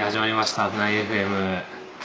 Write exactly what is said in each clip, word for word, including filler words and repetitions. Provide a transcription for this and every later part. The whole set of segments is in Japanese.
始まりました。ナインエフエム。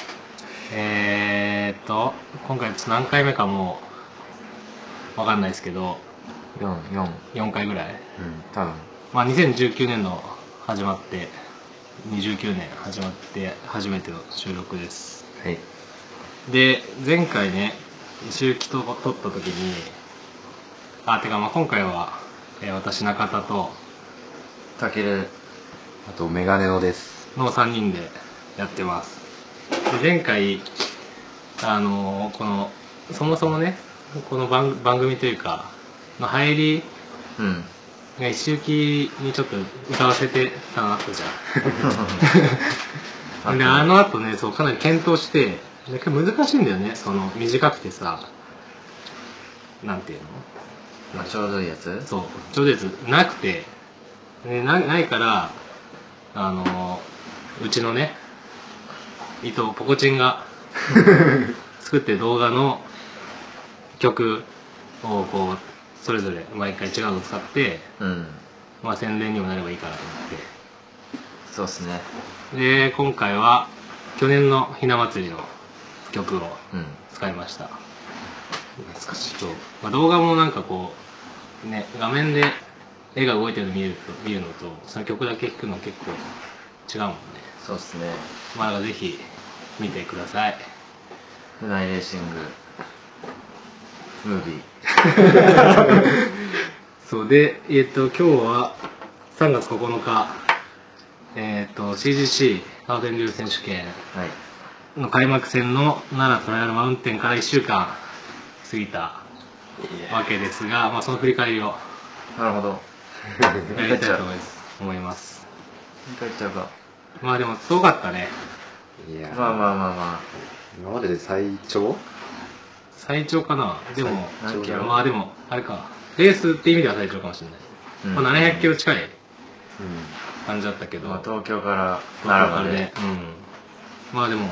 えーっと、今回何回目かもうわかんないですけど、 よん、よん。 よんかいぐらい。 うん、多分。 まあにせんじゅうきゅうねん度始まって、にじゅうきゅうねん始まって初めての収録です。 はい。で、 前回ね、周期と撮った時に、あ、てかまあ今回は、えー、私中田と、 たける、あとメガネのです。 のさんにんでやってます。で前回、あのー、この、そもそもね、この 番, 番組というか、の入り、 うん。 一周期にちょっと歌わせてたのあったじゃん。で、あの後ね、そう、かなり検討して、難しいんだよね、その、短くてさ、なんていうの、 まあ、ちょうどいいやつそう、ちょうどいいやつなくて、ね、な, ないから、あのー、うちのね、伊藤ポコチンが作ってる動画の曲をこうそれぞれ毎回違うのを使って、 うん、 まあ宣伝にもなればいいかなと思って。 そうっすね。 で今回は去年のひな祭りの曲を使いました。 うん、 懐かしい。そう、まあ、動画もなんかこうね、画面で絵が動いてるの見ると見るのとその曲だけ聴くの結構違うもんね。 そうっすね。 まあだからぜひ見てください。 フナイレーシングムービー。 そうで、えっと今日はさんがつここのか、えっと シージーシー ガーデンリュー選手権の開幕戦の奈良トライアルマウンテンからいっしゅうかん過ぎたわけですが、まあその振り返りをなるほど。 やりたいと思います。 振り返っちゃうか。 まあでもすごかったね。 いやまあまあまあまあ。今までで最長最長かな。でも何キロまあでもあれか、レースって意味では最長かもしれない。うんまあ、ななひゃくキロ近い感じだったけど、 まあ、東京から奈良まで、 ね、うん、まあでも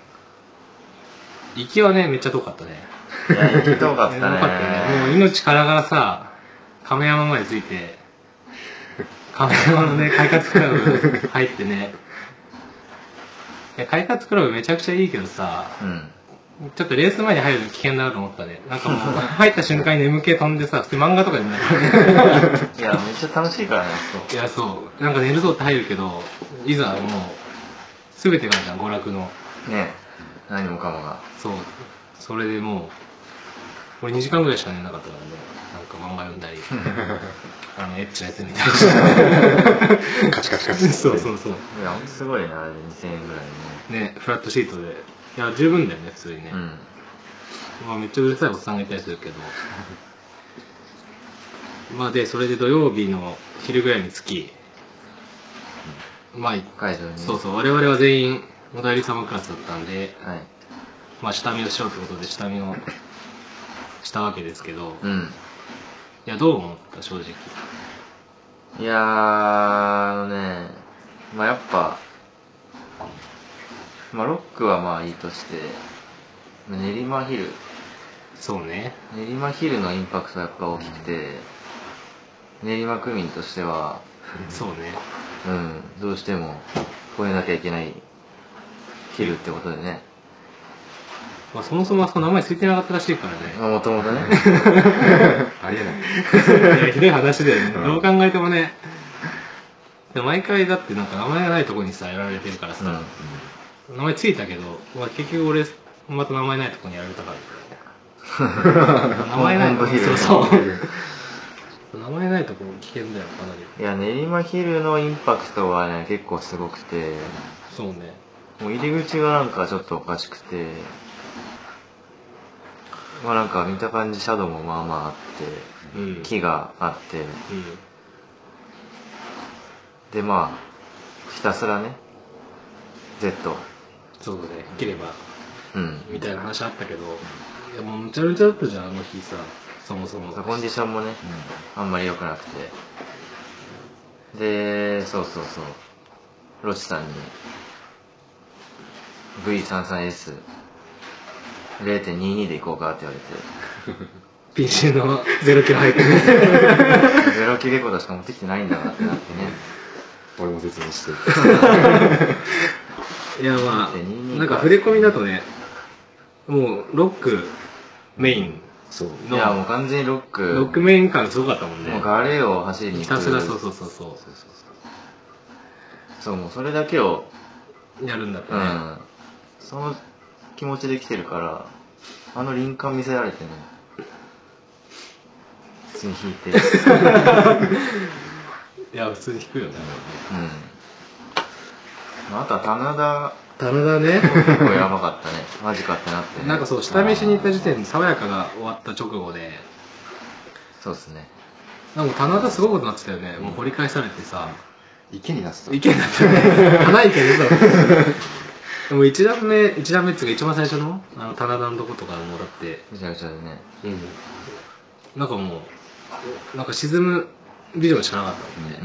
行きはねめっちゃ遠かったね。 いや行き遠かったね。 遠かったね。もう命からがらさ亀山まで着いて亀山のね快活クラブ入ってね、いや快活クラブめちゃくちゃいいけどさ、うんちょっとレース前に入るの危険だなと思ったね。なんかもう入った瞬間に眠気飛んでさ、普通漫画とかでもないいやめっちゃ楽しいからね。 そういやそうなんか寝るぞって入るけど、いざもう全てがじゃん娯楽のね何もかもが。 そうそれでもう俺にじかんぐらいしか寝なかったからね。なんか漫画読んだりあのエッチなやつみたいなカチカチカチそうそうそう。 いやすごいなあれにせんえんぐらいねねフラットシートでいや十分だよね普通にね、うんまあ、めっちゃうるさいおっさんがいたりするけどまあでそれで土曜日の昼ぐらいに着き、まあ会場にそうそう我々は全員おだいり様クラスだったんで、 はい、 まあ下見をしようということで下見をしたわけですけど、うん、いやどう思った正直。 いやーあのねまあやっぱまあロックはまあいいとして練馬ヒルそうね練馬ヒルのインパクトがやっぱ大きくて、うん、練馬区民としてはそうねうんどうしても超えなきゃいけないヒルってことでね。 まあ、そもそもその名前ついてなかったらしいからね。 もともとねありえないいやひどい話だよね、うん、どう考えてもね。で毎回だってなんか名前がないところにさやられてるからさ、うん、名前ついたけど、まあ、結局俺また名前ないところにやられたから名前ないところそうそう名前ないところ危険だよかなり。 いや練馬ヒルのインパクトはね結構すごくて、 そうねもう入り口がなんかちょっとおかしくて、まあなんか見た感じシャドウもまあまああって、うん、木があって、うん、でまあひたすらね Z そうだね切れば、うん、みたいな話あったけど、いやもうむちゃむちゃだったじゃんあの日さ。そもそもコンディションもね、うん、あんまり良くなくて、でそうそうそうロチさんに ブイさんじゅうさんエスれいてんにじゅうに でいこうかって言われてピーシー のゼロキロ入ってねゼロキロレコードしか持ってきてないんだなってなってね俺も説明していやまあなんか触れ込みだとねもうロックメインそういやもう完全にロックロックメイン感すごかったもんね。 もうガレーを走りに行くひたすらそうそうそうそうそうもうそれだけをやるんだったね、うん、 その気持ちで来てるからあの輪郭見せられてね普通に弾いていや普通に弾くよねうん、あとは棚田棚田ね結構やばかったねマジかってなって、ね、 なんかそう下飯に行った時点で爽やかが終わった直後でそうですねなんか棚田すごいことになってたよね、うん、もう掘り返されてさ池になってた池になってたね花池でさでも一段目一段目っていうか一番最初のあの棚田のとことかもうだってめちゃめちゃでねうんなんかもうなんか沈むビジョンしかなかったもんね、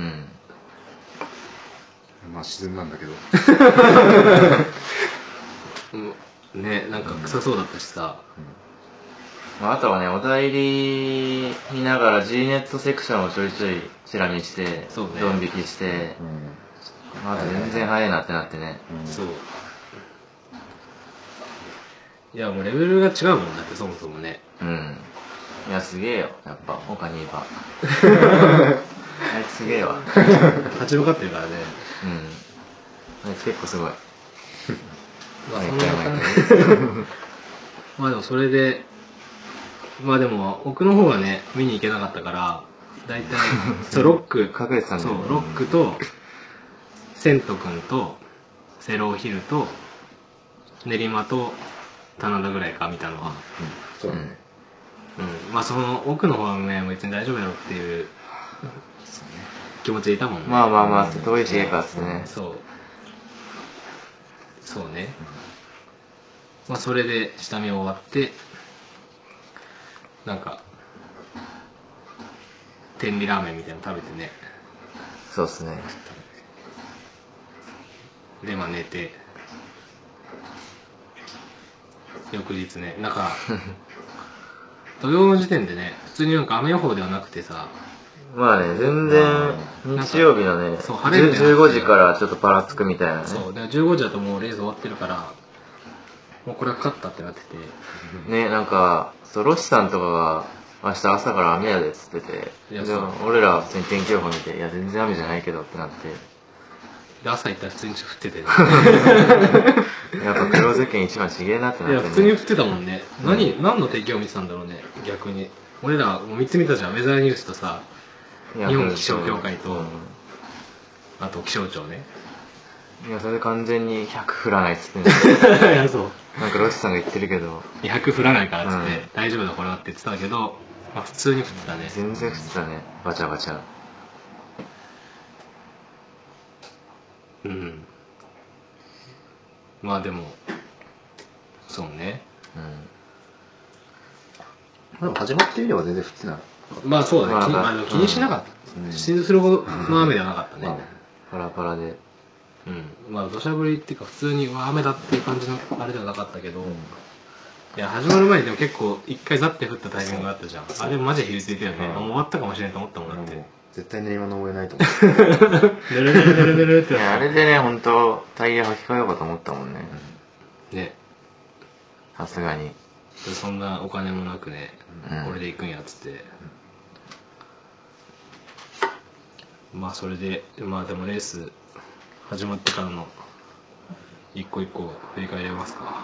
うん、まあ沈んだんだけどねなんか臭そうだったしさ、 うんまあ、あとはねおだいり見ながら G ネットセクションをちょいちょいチラ見してドン引きして、うん、まだ全然早いなってなってね、 うん、そういやもうレベルが違うもんだってそもそもねうんいやすげえよやっぱ他に言えばあいつすげえわ立ち向かってるからねうんあいつ結構すごいまあそんな感じまあでもそれでまあでも奥の方はね見に行けなかったから大体そうロック隠れてたんだよ、ね、 そうロックとセント君とセローヒルと練馬と棚田ぐらいか見たのは、うん、 そうねうん、まあその奥の方はね別に大丈夫やろっていう気持ちでいたもんね。 まあまあまあ遠いしええかっつってね。 そうそうね、まあそれで下見終わってなんか天理ラーメンみたいなの食べてね。 そうっすね。 でまあ寝て翌日ねなんか土曜の時点でね普通になんか雨予報ではなくてさまあね全然日曜日のねそう晴れるじゅうごじからちょっとパラつくみたいなね。 そうだからじゅうごじだともうレース終わってるからもうこれは勝ったってなっててねなんかそうロシさんとかが明日朝から雨やでっつっててでも俺らは普通に天気予報見ていや全然雨じゃないけどってなってで朝行ったら普通に降っててねやっぱ黒ずけん一番ちげえなってなって、ね、 いや普通に降ってたもんね、うん、何何の天気予報見てたんだろうね逆に俺らもうみっつ見たじゃんウェザーニュースとさ日本気象協会と、うん、あと気象庁ねいやそれ完全にひゃく降らないっつってねいやそうなんかロシさんが言ってるけどひゃく降らないからっつって、うん、大丈夫だこれはって言ってたけど、まあ、普通に降ってたね全然降ってたねバチャバチャうんまあでもそうねうんでも始まってみれば全然降ってないまあそうだね、まあ、気, まあ、気にしなかった、うん、心配するほどの雨ではなかったね、まあ、 パラパラでうんまあ土砂降りっていうか普通にわ雨だっていう感じのあれではなかったけど、うん、いや始まる前にでも結構一回ザッて降ったタイミングがあったじゃんあれマジでひりついたよね、うん、もう終わったかもしれないと思ったもんだって絶対練馬登れないと思うぬるぬるぬるぬるってあれでね本当タイヤ履き替えようかと思ったもんね、 うん、ねさすがにそんなお金もなくね、うん、これで行くんやっつって、うん、まあそれでまあでもレース始まってからの一個一個振り返れますか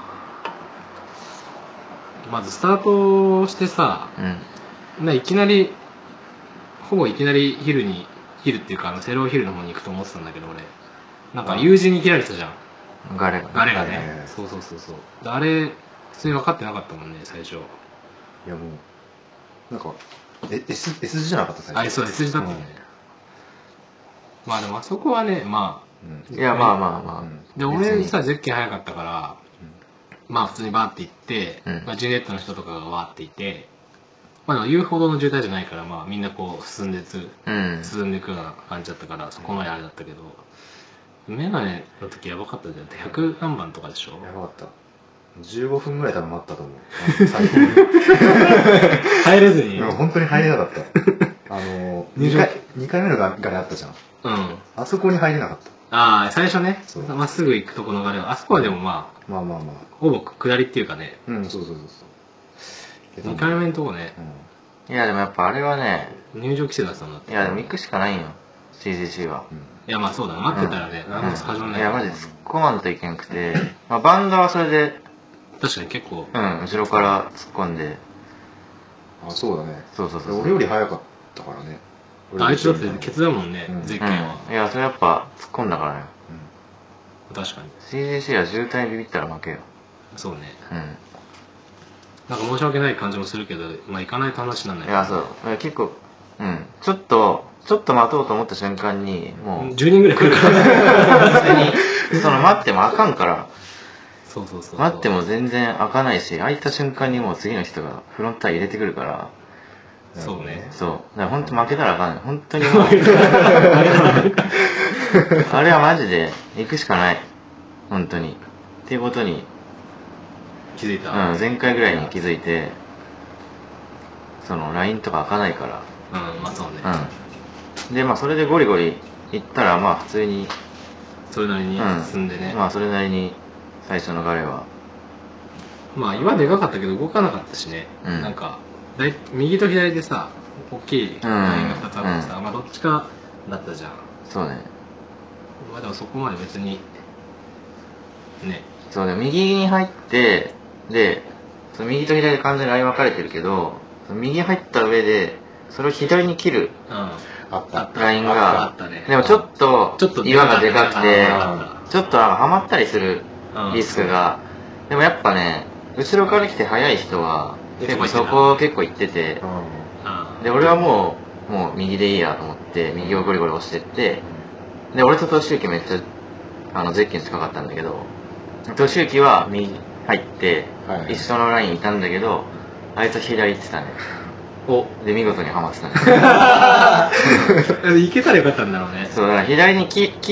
まずスタートしてさ、うん、ないきなりほぼいきなりヒルにヒルっていうかあのセローヒルの方に行くと思ってたんだけど俺なんか U 字に切られてたじゃんガレがガレがね、はいはいはい、そうそうそうそうあれ普通に分かってなかったもんね最初いやもうなんかえ S, S 字じゃなかった最初あそう S 字だったね、うん、まあでもあそこはねまあ、うん、いやまあまあまあ、うん、 で俺さゼッケン早かったから、うん、まあ普通にバーって行って、うんまあ、G ネットの人とかがわーっていてまあ言うほどの渋滞じゃないからまあみんなこう進んでつ、うん、進んでいくような感じだったからそこまであれだったけどメガネの時やばかったじゃんひゃく何番とかでしょやばかったじゅうごふんぐらい多分待ったと思う最高に入れずに本当に入れなかったあの 2, 回にかいめのガレあったじゃん、うん、あそこに入れなかったああ、最初ね、まっすぐ行くとこの流れは、あそこはでもまあ、 まあまあまあ。 ほぼ下りっていうかね。 うん、そうそうそうそう。にかいめのとこね。 うん、いや、でもやっぱあれはね、 入場規制だったんだって。 いや、でも行くしかないんよ、シージーシー は。 うん、いや、まあそうだ、待ってたらね、 うん、 あんま始まんない。 いや、マジで突っ込まんといけんくて、まあ、バンドはそれで、 確かに結構、 うん、後ろから突っ込んで。 あ、そうだね。 そうそうそう。 俺より早かったからね。 あいつだってケツだもんね、ゼッケンは。 いや、それやっぱ突っ込んだからね。 確かにシージーシー は渋滞にビビったら負けよ。 そうね。 うん。 なんか申し訳ない感じもするけど、まあ行かないと話なんない。 いや、そう。結構、うん。ちょっと、ちょっと待とうと思った瞬間に、もう。 じゅうにんぐらい来るから。 普通に、その待っても開かんから。 そうそうそう。 待っても全然開かないし、開いた瞬間にもう次の人がフロントタイ入れてくるから。 そうね。 そう。だから本当負けたらあかんない。本当にもう。あれはマジで行くしかない。本当に。っていうことに。 気づいた？ うん、前回ぐらいに気づいて、その ライン とか開かないから。 うん、まあそうね。 うん。で、まあそれでゴリゴリ行ったら、まあ普通に。 それなりに進んでね。 うん、まあそれなりに最初のガレは。 まあ岩でかかったけど動かなかったしね。うん、なんか、右と左でさ、大きいラインがふたつあってさ、うん、まあどっちかだったじゃん。 そうね。 まあでもそこまで別に、ね。 そうね、右に入って、で、その右と左で完全にライン分かれてるけど、右入った上で、それを左に切るラインが、でもちょっと岩がでかくて、ちょっとはまったりするリスクが、でもやっぱね、後ろから来て速い人は、結構そこ結構行ってて、で、俺はもう、もう右でいいやと思って、右をゴリゴリ押してって、で、俺と俊之めっちゃ、あの、ゼッケン近かったんだけど、俊之は右入って、一緒のラインいたんだけど、あいつは左行ってたね。おで、見事にはまってたね。 行けたらよかったんだろうね。 そう、だから左に切って、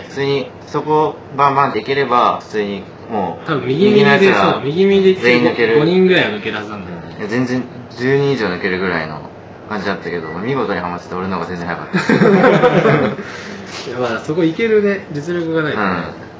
普通にそこバンバンっていければ、普通にもう、 多分右右で、そう、右右で全員抜ける。 ごにんぐらいは抜けるはずなんだよね。 いや全然じゅうにん以上抜けるぐらいの感じだったけど、見事にはまってて俺の方が全然早かった。 いやまあそこ行けるね、実力がないとね。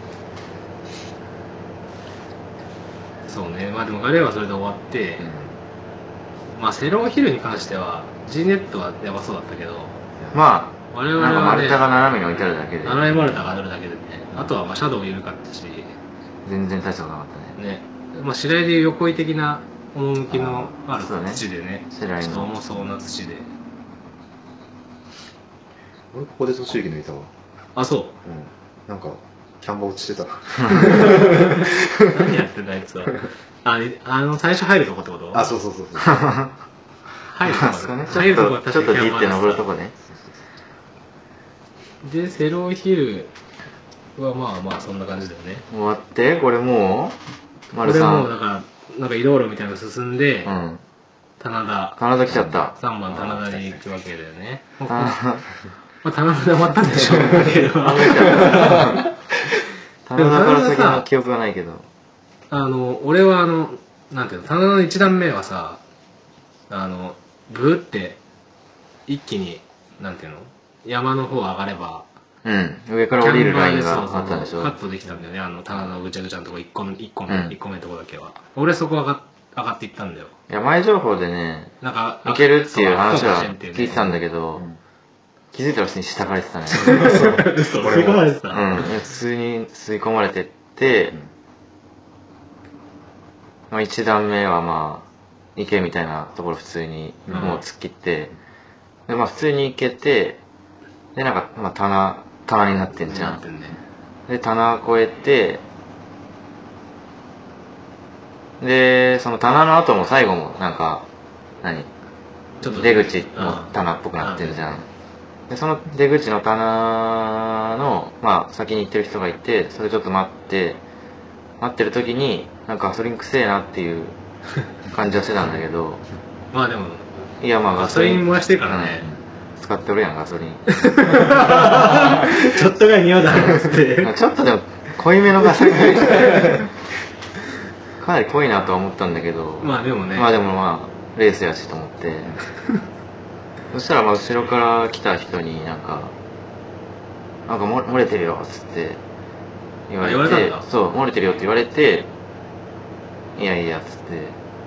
うん、そうね、まあでもガレはそれで終わって、うん、まあセローヒルに関しては G ネットはやばそうだったけど、 まあ我々は、ね、 なんか丸太が斜めに置いてあるだけで、 斜め丸太があるだけでね、あとはまあシャドウ緩かったし、 全然大したことなかったね。 ね、まあ白井でいう横井的な趣のある土でね、ちょっと重そうな土で。 俺ここで俊之抜いたわ。 あ、そう。 うん。なんかキャンバー落ちてた。 何やってんだあいつは。あ、あの最初入るとこってこと？ あ、そうそうそうそう。 入るとこね。 入るとこは確かにキャンバーで。ちょっとディって登るとこね。 で、セローヒルはまあまあそんな感じだよね。 終わってこれもうこれもうだからなんか移動路みたいなの進んで、うん、棚田棚田来ちゃった。 さんばん棚田に行くわけだよね。まあ棚田で終わったんでしょうけど。棚田から先の記憶がないけど。 あの俺はあのなんていうの、棚田の一段目はさ、あのブーって一気になんていうの、山の方上がれば。 うん、上から降りるラインがあったんでしょ。 カットできたんだよね、あの棚のぐちゃぐちゃのとこいっこめ、いっこめ、うん、いっこめのとこだけは。俺そこ上が上がっていったんだよ。 いや、前情報でね、なんか行けるっていう話は聞いてたんだけど、うん、気づいたら普通に下かられてたね。 そう吸い込まれてた。 うん、普通に吸い込まれてって、うん、まあ一段目はまあ、行けみたいなところ普通にもう突っ切って、うん、でまあ普通に行けて、でなんか、まあ棚、棚になってんじゃん。ね、で、棚越えて、で、その棚の後も最後もなんか、何ちょっと出口の棚っぽくなってんじゃん。で、その出口の棚の、まあ先に行ってる人がいて、それちょっと待って、待ってる時に、なんかガソリンくせえなっていう感じはしてたんだけど。 まあでも、 いやまあガソリン燃やしてるからね。 うん、使ってるやん、ガソリン。 ちょっとぐらい匂いだなって。 ちょっとでも濃いめのガソリン。かなり濃いなとは思ったんだけど。 まあでもね。 まあでもまあ、レースやしと思って。そしたらまあ後ろから来た人になんか、 なんか漏れてるよっつって言われて、 言われたんだ。 そう漏れてるよって言われて、いやいやっつって、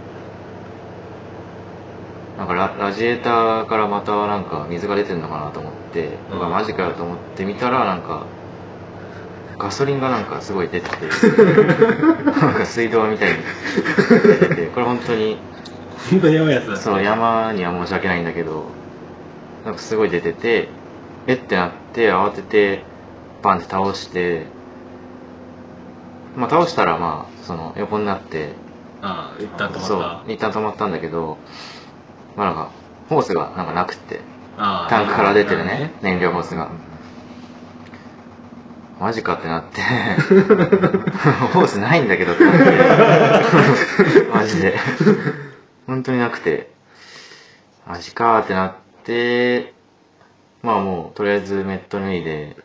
なんか ラ, ラジエーターからまたなんか水が出てるのかなと思って、うん、マジかよと思って見たら、なんかガソリンがなんかすごい出ててなんか水道みたいに出てて、これ本当に本当にやばいやつだ。 そう、山には申し訳ないんだけど、なんかすごい出てて、えってなって慌ててバンって倒して、まあ倒したらまあその横になって、 ああ一旦止まった。 そう一旦止まったんだけど、まあなんかホースがなんかなくて、タンクから出てるね燃料ホースが、マジかってなってホースないんだけどってなってマジで本当になくて、マジかーってなって、まあもうとりあえずメット脱いで、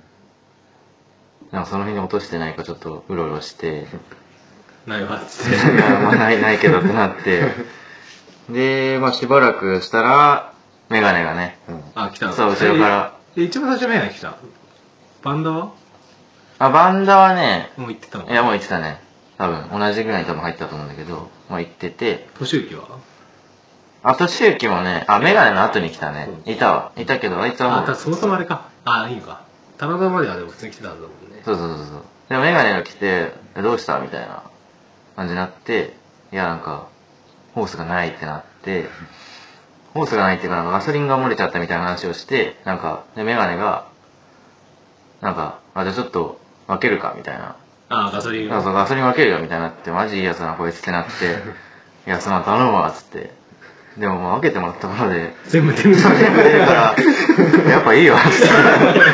なんかその辺に落としてないかちょっとうろうろしてないわっつっていや、まあないないけどってなってで、まあしばらくしたらメガネがね、 うん、あ来たの。 そう後ろからえ一番最初メガネ来た。バンダはあバンダはねもう行ってたの。 いやもう行ってたね、多分同じぐらいに多分入ったと思うんだけど、まあ行ってて。 年行はあと周期もね、あ、メガネの後に来たね。いたわ。いたけど、あいつはもう。 あ、そもそもあれか。あ、いいのか。棚田まではでも普通に来てたんだもんね。 そうそうそうそう。でもメガネが来て、どうしたみたいな感じになって、いやなんか、ホースがないってなって、ホースがないっていうか、なんかガソリンが漏れちゃったみたいな話をして、なんか、で、メガネが、なんか、あ、じゃあちょっと分けるかみたいな。 あ、ガソリンそうそう、ガソリン分けるよみたいになって、マジいいやつだなこいつってなって、いや、その頼むわっつって。でもまあ分けてもらったところで全部出る全部出るからやっぱいいよっつって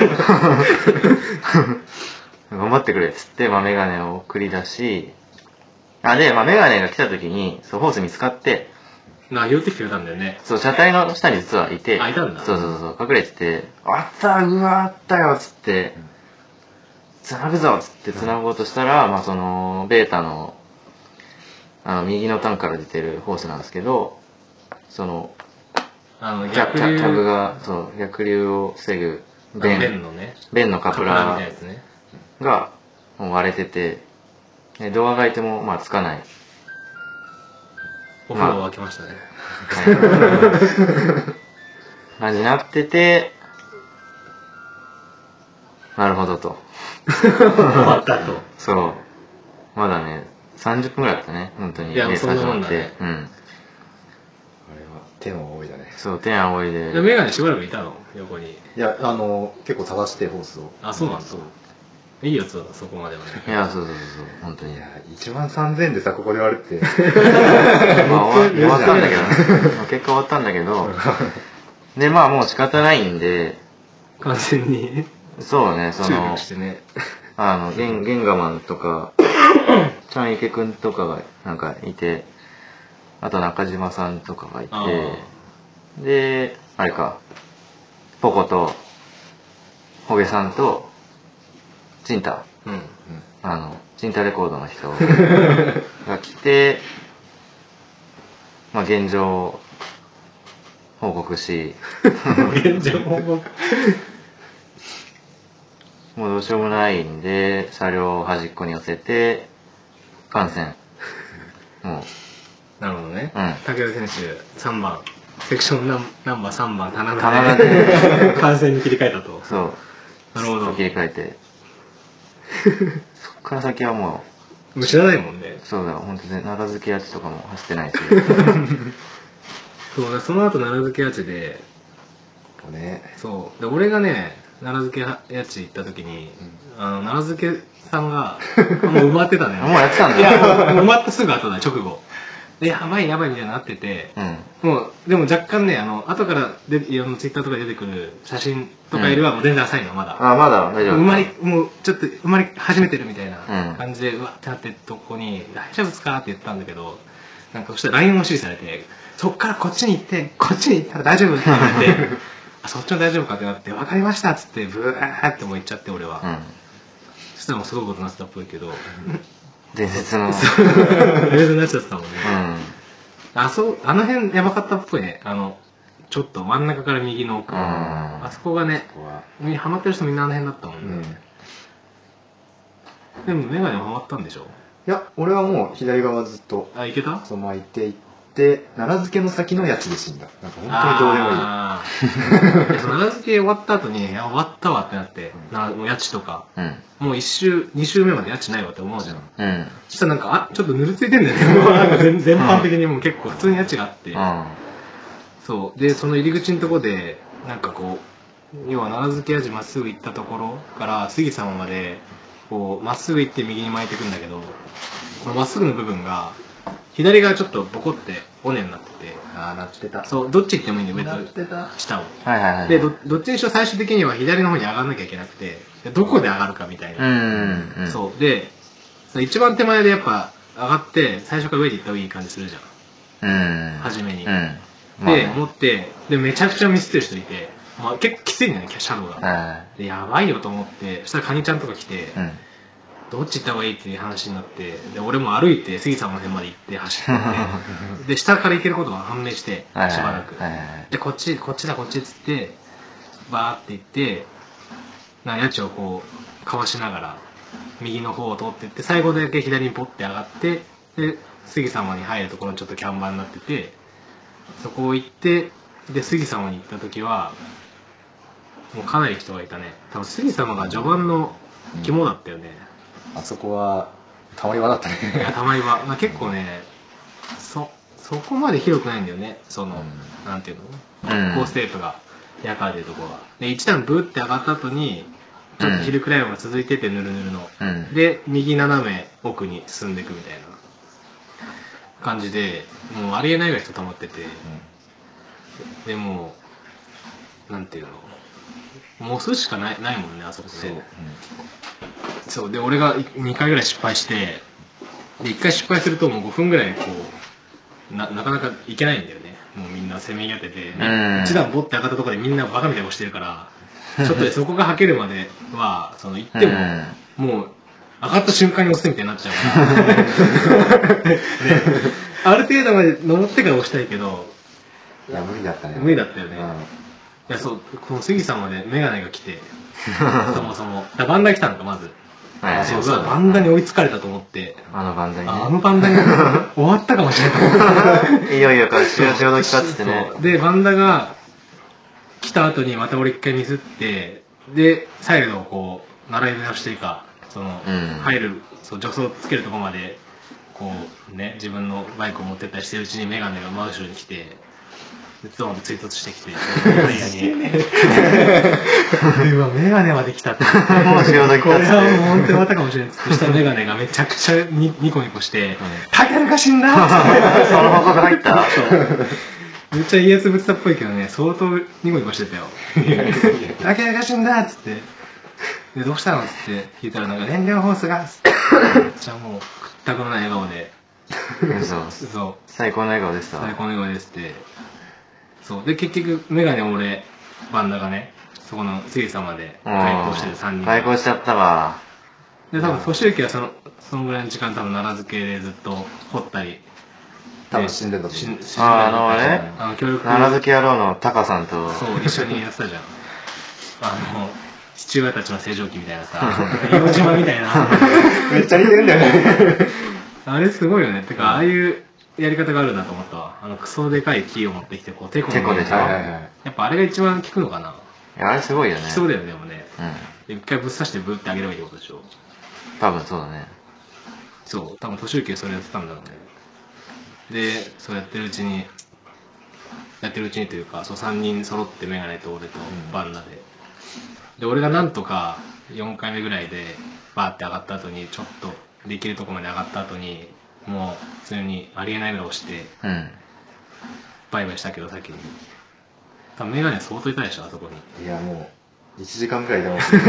頑張ってくれっつって、まあ、メガネを送り出し、あで、まあ、メガネが来た時にそうホース見つかって、 な拾ってきてくれたんだよね。 そう車体の下に実はいて、 あいたんだ。 そうそうそう隠れてて、あったうわあったよっつってつなぐぞっつってつなごうとしたら、まあそのベータのあの右のタンクから出てるホースなんですけど、そのあの逆流キャブがそう逆流を防ぐ弁弁のね弁のカプラーがもう割れてて、でドアが開いてもまあつかない。 お風呂を開けましたね、 はい、感じになってて、なるほどと終わったと。 そうまだねさんじゅっぷんぐらいだったね本当に。 いやそんなもんだね。 うん、あれは天の仰いだね。 そう天仰いで。 でメガネしばらくいたの横に。 いやあの結構探してホースを。 あそうなんだ。いいやつだそこまではね。 いやそうそうそう本当に。 いやいちまんさんぜんえんでさここで割るってまあ終わったんだけどね結果終わったんだけどでまあもう仕方ないんで完全にそうねその注力してねあのゲンゲンガマンとかちゃん池くんとかがなんかいて、あと中島さんとかがいて、であれかポコとホゲさんとチンタ、うん、あのチンタレコードの人が来てまあ現状報告し現状報告もうどうしようもないんで車両を端っこに寄せて観戦。もうなるほどね、 うん、 武田選手さんばんセクションナンナンバーさんばん棚田で観戦に切り替えたと。 そうなるほど切り替えてそっから先はもうもう知らないもんね。 そうだ本当に奈良漬アーチとかも走ってないしそうだその後奈良漬アーチで、 ね、 そうで俺がね奈良漬アーチ行った時に、うん、あの奈良漬さんがもう埋まってたねもうやってたんだ。 いやもう埋まったすぐ後だ直後でやばいやばいみたいになってて、うん、もうでも若干ねあの後からでいろんなツイッターとかで出てくる写真とかよりはもう全然浅いのまだ。 あまだ大丈夫。 埋まりもうちょっと埋まり始めてるみたいな感じで、うん、うわってなってるとこに大丈夫ですかって言ったんだけど、なんかそしたら ライン を指示されてそっからこっちに行ってこっちに行ったら大丈夫って言われてあそっちも大丈夫かってなって分かりましたっつってブワーってもう行っちゃって俺は、うん、そしたらもうすごいことになってたっぽいけど伝説の伝説になっちゃってたもんね、 うん、 あそうあの辺やばかったっぽいね。あのちょっと真ん中から右の奥、あそこがね、ハマってる人みんなあの辺だったもんね。でもメガネもハマったんでしょ？ いや、俺はもう左側ずっと。 あ、いけた？ そう、巻いていって、奈良漬けの先のやつで死んだ。なんか本当にどうでもいい。 あ奈良漬け終わった後に、いや、終わったわってなって、なもう家賃とか、うん、もう一周、二周目まで家賃ないわって思うじゃん。うん。そしたらなんか、あ、ちょっとぬるついてんだよね。もうなんか全全般的にもう結構普通に家賃があって、うん、そう。で、その入り口のとこで、なんかこう、要は奈良漬け味まっすぐ行ったところから杉様まで、こう、まっすぐ行って右に巻いていくんだけど、このまっすぐの部分が、左側ちょっとボコって尾根になってて、 ああ、なってた。 そう、どっち行ってもいいんだよ、別に下を。はいはいはい。で、ど、どっちにしろ最終的には左の方に上がんなきゃいけなくて、どこで上がるかみたいな。うんうんうん、そう。で、一番手前でやっぱ上がって、最初から上に行った方がいい感じするじゃん。うん。初めに。うん。まあね、で、思って、で、めちゃくちゃミスってる人いて、まあ、結構きついんだよね、シャドウが。で、やばいよと思って、そしたらカニちゃんとか来て、うん、どっち行った方がいいっていう話になって、で、俺も歩いて杉様の辺まで行って走ってって、で、下から行けることが判明して、しばらく。で、こっち、こっちだ、こっちっつって、バーって行って、な家賃をこう、かわしながら、右の方を通ってって、最後だけ左にポッて上がって、で、杉様に入るところちょっとキャンバーになってて、そこを行って、で、杉様に行った時は、もうかなり人がいたね。多分杉様が序盤の肝だったよね。 あそこはたまり場だったね。 いや、たまり場、まあ、結構ね、そそこまで広くないんだよね。その、うん、なんていうの、コーステープが焼かれてるところは。で、一段ブーって上がった後にちょっとヒルクライムが続いてて、ぬるぬるの、うん、で右斜め奥に進んでいくみたいな感じで、もうありえないぐらい人溜まってて、うん、でもなんていうの、もうすしかない、ないもんね、あそこで。そう、うん、そうで、俺がにかいぐらい失敗して、でいっかい失敗するともうごふんぐらいこう な, なかなかいけないんだよね。もうみんなせめぎ合ってて、一段ボッて上がったところでみんなバカみたいに押してるからちょっとそこが吐けるまではその行ってももう上がった瞬間に押すみたいになっちゃうからである程度まで登ってから押したいけど、 いや無理だったね。 無理だったよね、うん、いや、そう、この杉さんまでメガネが来てそもそもだバンダ来たのかまず、はい、そうそう、バンダに追いつかれたと思って、 あのバンダに、ね、 あのバンダに終わったかもしれないいよいよから仕事来たっつってね。 でバンダが来た後にまた俺一回ミスって、で再度こう習い直してるかその、うん、入るそう助走をつけるところまでこうね自分のバイクを持ってったりしてるうちにメガネが真後ろに来て。でドーンと追突してきて、タイヤに。うわ、メガネまで来たって思って。もう仕事来たって。これはもう本当に終わったかもしれない。そしたらメガネがめちゃくちゃニニコニコして、タケルが死んだってその報告入っためっちゃいいやつぶったっぽいけどね、相当ニコニコしてたよ。タケルが死んだっつって。で、どうしたのっつって聞いたら、なんか燃料ホースが、じゃあもう、屈託のない笑顔で。 そうそう最高の笑顔でした。 最高の笑顔ですって。そうで結局メガネ俺バンダがねそこの杉様で開校してるさんにん開校しちゃったわ。 で多分年行はそのそのぐらいの時間多分奈良漬けでずっと掘ったり多分死んでたと思う。 ああのあれあの協力奈良漬け野郎のタカさんとそう一緒にやってたじゃんあの父親たちの正常期みたいなさ硫黄島みたいなめっちゃ似てるんだよねあれすごいよね。てかああいうやり方があるなと思ったわ。あのクソでかい木を持ってきてこうテコの上に、 やっぱあれが一番効くのかな。 いやあれすごいよね。 効きそうだよね。でもね、うん、一回ぶっ刺してブってあげればいいってことでしょ。 多分そうだね。 そう多分年行それやってたんだろうね。でそうやってるうちにやってるうちにというかそうさんにん揃ってメガネと俺とバンナで、で俺がなんとかよんかいめぐらいでバーって上がった後にちょっとできるとこまで上がった後にもう普通にありえないぐらい押して、うん、バイバイしたけど先に多分メガネ相当いたでしょあそこに。 いやもういちじかんぐらいいたますね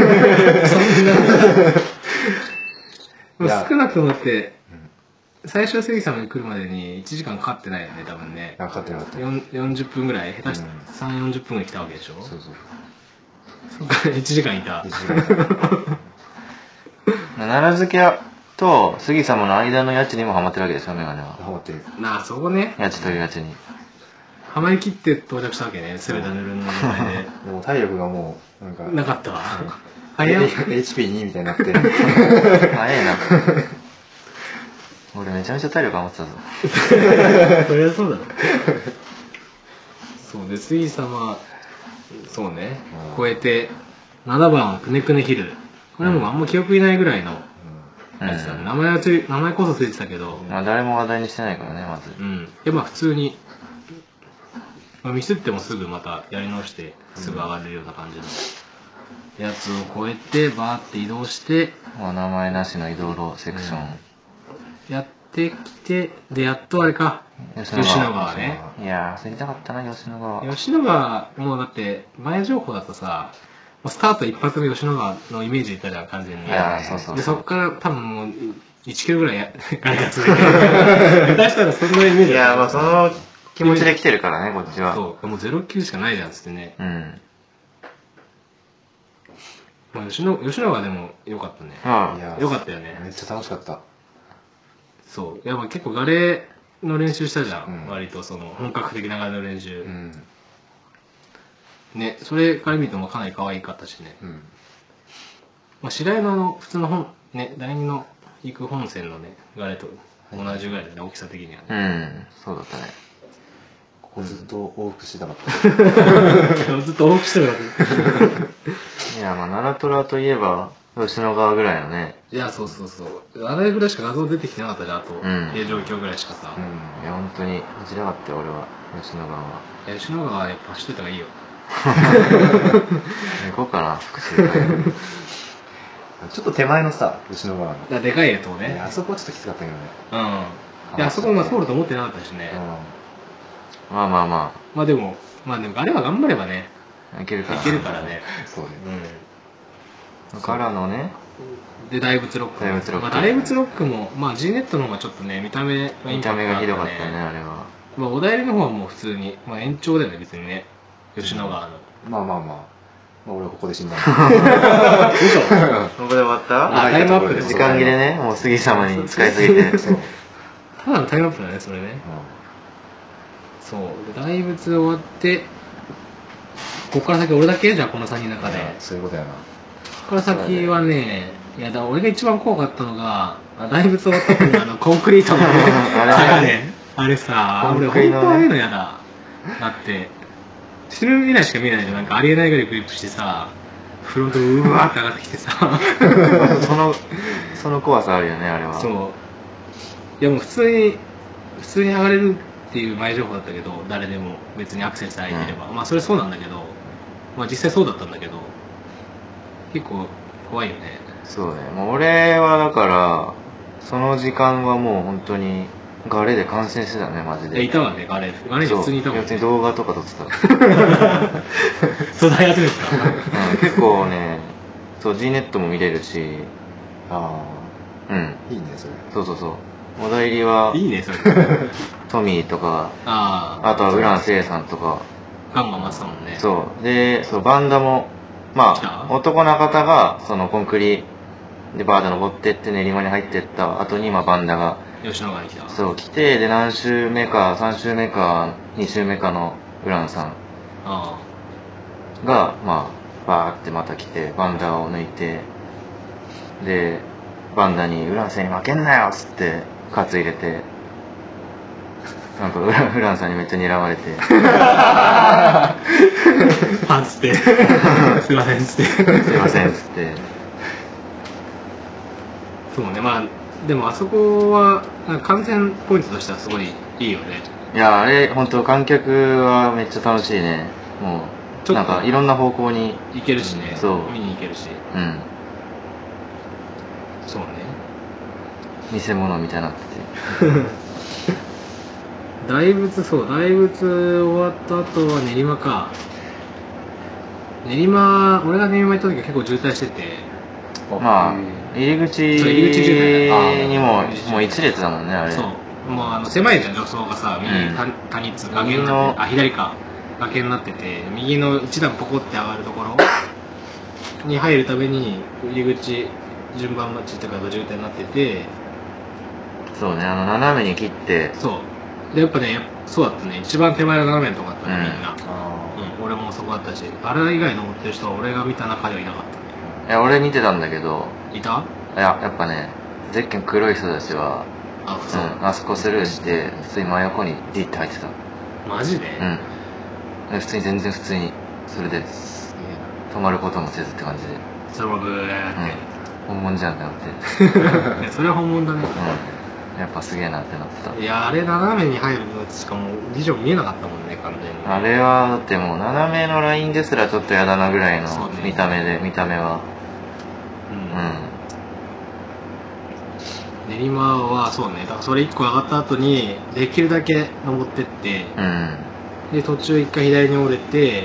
そんな少なくともだって、うん、最初杉さんに来るまでにいちじかんかかってないよね多分ね。 かかってなかった。 よんじゅっぷんぐらい下手してさんじゅうよんじゅっぷんぐらい来たわけでしょ。 そうそうそっからいちじかんいた。 奈良漬けと杉様の間の家賃にもハマってるわけでしょメガネは。 ハマってる。 なあそこね。 家賃という家賃に。 はまりきって到着したわけね、すべてぬるぬるの状態で。 もう体力がもうなんかなかったわ。 早い エイチピーに みたいになって早いな俺めちゃめちゃ体力余ってたぞそりゃそうだろそうで杉様そうね超えてななばんくねくねヒルこれはもうあんま記憶いないぐらいのやつだね、うん、名前はつ名前こそついてたけど、 まあ、誰も話題にしてないからねまずうんでまあ普通に、まあ、ミスってもすぐまたやり直してすぐ上がれるような感じのやつを超えてバーって移動して、 まあ、名前なしの移動路セクション、うんやってきて、で、やっとあれか、吉野川ね。 いやー、知りたかったな、吉野川。 吉野川、もうだって、前情報だとさ、スタート一発目吉野川のイメージでいったじゃん、完全に。 いやー、そうそうそう。 で、そっから多分もう、いちキロぐらいや、あれが続いてる。下手したらそんなイメージいやー、まあその気持ちで来てるからね、こっちは。 そう、もうゼロキロしかないじゃん、つってね。 うん。 まあ、吉野吉野川でも良かったね。 ああ、 いや良かったよね。 めっちゃ楽しかった。 そう。やっぱ結構ガレーの練習したじゃん。うん、割とその本格的なガレーの練習。うん、ね、それから見るともかなり可愛かったしね。うん、まあ、白井のあの普通の本、ね、だいにの行く本線のね、ガレーと同じぐらいだね、大きさ的にはね。 うん、そうだったね。 ここずっと往復してたかった。 ずっと往復してたかった。 いや、まあ、奈良虎といえば、吉野川ぐらいのね。 いや、そうそうそう。あれぐらいしか画像出てきてなかったじゃん、あと。 うん。 平城京ぐらいしかさ。 うん。いや、本当に、知らなかったよ、俺は。吉野川は。 いや、吉野川はやっぱ走ってた方がいいよ。 行こうかな、福祉会。 ちょっと手前のさ、吉野川の。 でかいやつもね。 あそこはちょっときつかったけどね。 うん。いや、あそこも通ると思ってなかったしね。 うん。まあまあまあ。 まあでも、まあでも、あれは頑張ればね。 いけるから。 いけるからね。 そうね。 うん。からのね。 で、大仏ロック。 大仏ロック。 まあ、大仏ロックも、まあ G ネットの方がちょっとね、見た目が見た目がひどかったね、あれは。 まあ、小田入の方はもう普通に、まあ延長だよね、別にね。吉野川の。 まあまあまあ。まあ俺はここで死んだんだ。嘘ここで終わったあ、タイムアップで時間切れね、もう杉様に使いすぎて。 ただのタイムアップだね、それね。そう。で、大仏終わって、ここから先俺だけじゃあこのさんにんの中で。 そういうことやな。ここから先はね、いやだ俺が一番怖かったのが、大仏終わった後にあのコンクリートのあれね、あれさ、俺本当ああいうのやだ。だって、死ぬ未来しか見えないじゃん。なんかありえないぐらいクリップしてさ、フロントうわーって上がってきてさ。 その、その怖さあるよね、あれは。 そう。いやもう普通に、普通に上がれるっていう前情報だったけど、誰でも別にアクセスさえ入れれば、うん、まあそれそうなんだけど、まあ実際そうだったんだけど、結構怖いよね。 そうね。もう俺はだから、その時間はもう本当に、ガレで観戦してたね、マジで。 いたわね、ガレ。ガレに普通にいたもんね。 普通に動画とか撮ってた。 素材集めてた、 うん。結構ね、そう、G ネットも見れるし、 ああ。うん。 いいね、それ。 そうそうそう。小田入は、 いいね、それ。 トミーとか、 ああとは浦野聖さんとか。 ガンガン回ってたもんね。 そう。で、そう、バンダも、まあ、男の方が、そのコンクリでバーで登ってって練馬に入ってった後に、まあ、バンダが、 吉野川に来た。 そう、来て、で、何周目か、さん周目か、に周目かの浦野さんが、まあ、バーってまた来て、バンダを抜いて、で、バンダに、浦野さんに負けんなよっつって、カツ入れて、なんか、浦野さんにめっちゃ睨まれて。 パンつって。すいませんっつって。 すいませんっつって。 そうね、まあ、でもあそこは、観戦ポイントとしてはすごいいいよね。 いや、あれ、本当観客はめっちゃ楽しいね。もう、なんかいろんな方向に。 行けるしね。 そう。 見に行けるし。 うん。 そうね。 見せ物みたいになってて。 大仏、そう、大仏終わった後は練馬か。練馬、俺が練馬行った時は結構渋滞してて。 まあ、入り口にも、もう一列だもんね、あれ。 そう。もうあの狭いじゃん、助走がさ、右、うん、谷つ崖になって、あ、左か。崖になってて、右の一段ポコって上がるところに入るために、入り口、順番待ちとかが渋滞になってて。 そうね、あの、斜めに切って。 そう。で、やっぱね、 そうだったね。一番手前の斜めのとこだったね、うん、みんな、うん、俺もそこだったし、あれ以外登ってる人は俺が見た中ではいなかったね。 いや俺見てたんだけど。 いた？ いややっぱねゼッケン黒い人たちは あ, そう、うん、あそこスルーして普通に真横にディって入ってた。 マジで？ うんで普通に全然普通にそれで止まることもせずって感じでそれもブーって、 うん、本物じゃんってなってそれは本物だね、 うん、やっぱすげえなってなってた。 いやあれ斜めに入るのしかもビジョン見えなかったもんね完全に。 あれはだってもう斜めのラインですらちょっとやだなぐらいの見た目で、ね、見た目はうん、うん、練馬はそうねだからそれいっこ上がった後にできるだけ登ってって、うん、で途中いっかい左に折れて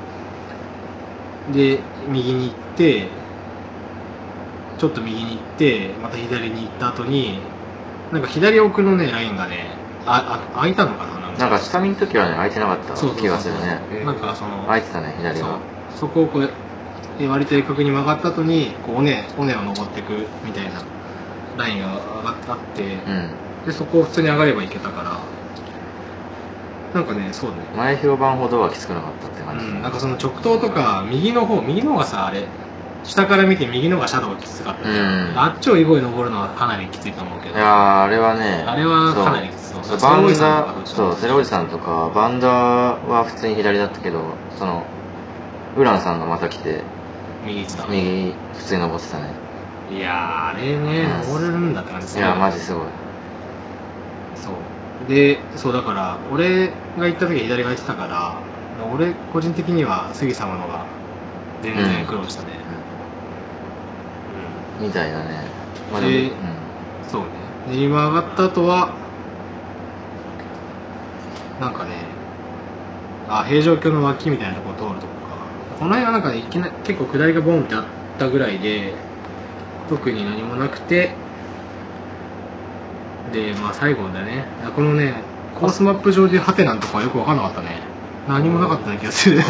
で右に行ってちょっと右に行ってまた左に行った後になんか左奥のねラインがねああ開いたのかななんか、なんか下見の時はね開いてなかった気がするね。 なんかその開いてたね左は。 そこをこう割と鋭角に曲がった後にこう尾根尾根を登っていくみたいなラインが上がってあって、うん、でそこを普通に上がればいけたからなんかねそうね前評判ほどはきつくなかったって感じ、 うん、なんかその直投とか右の方右の方がさあれ下から見て右の方がシャドウがきつかった、うん、あっちをイボイ登るのはかなりきついと思うけど。 いやあれはねあれはかなりきつそう。 バンダそうセレおじさんとかバンダは普通に左だったけどそのウランさんがまた来て右行った右普通に登ってたね。 いやあれね、うん、登れるんだって感じですね。いやマジすごい。 そうでそうだから俺が行った時は左が空いてたから俺個人的には杉様のが全然苦労したね、 うんうん、みたいだね、 まあ、で、で、うん、そうねで今上がった後はなんかねあ平城京の脇みたいなところを通るとこかこの辺はなんか、ね、いきなり結構下りがボンってあったぐらいで特に何もなくてでまあ最後だねこのねコースマップ上でハテナのとこはよく分かんなかったね何もなかったような気がするう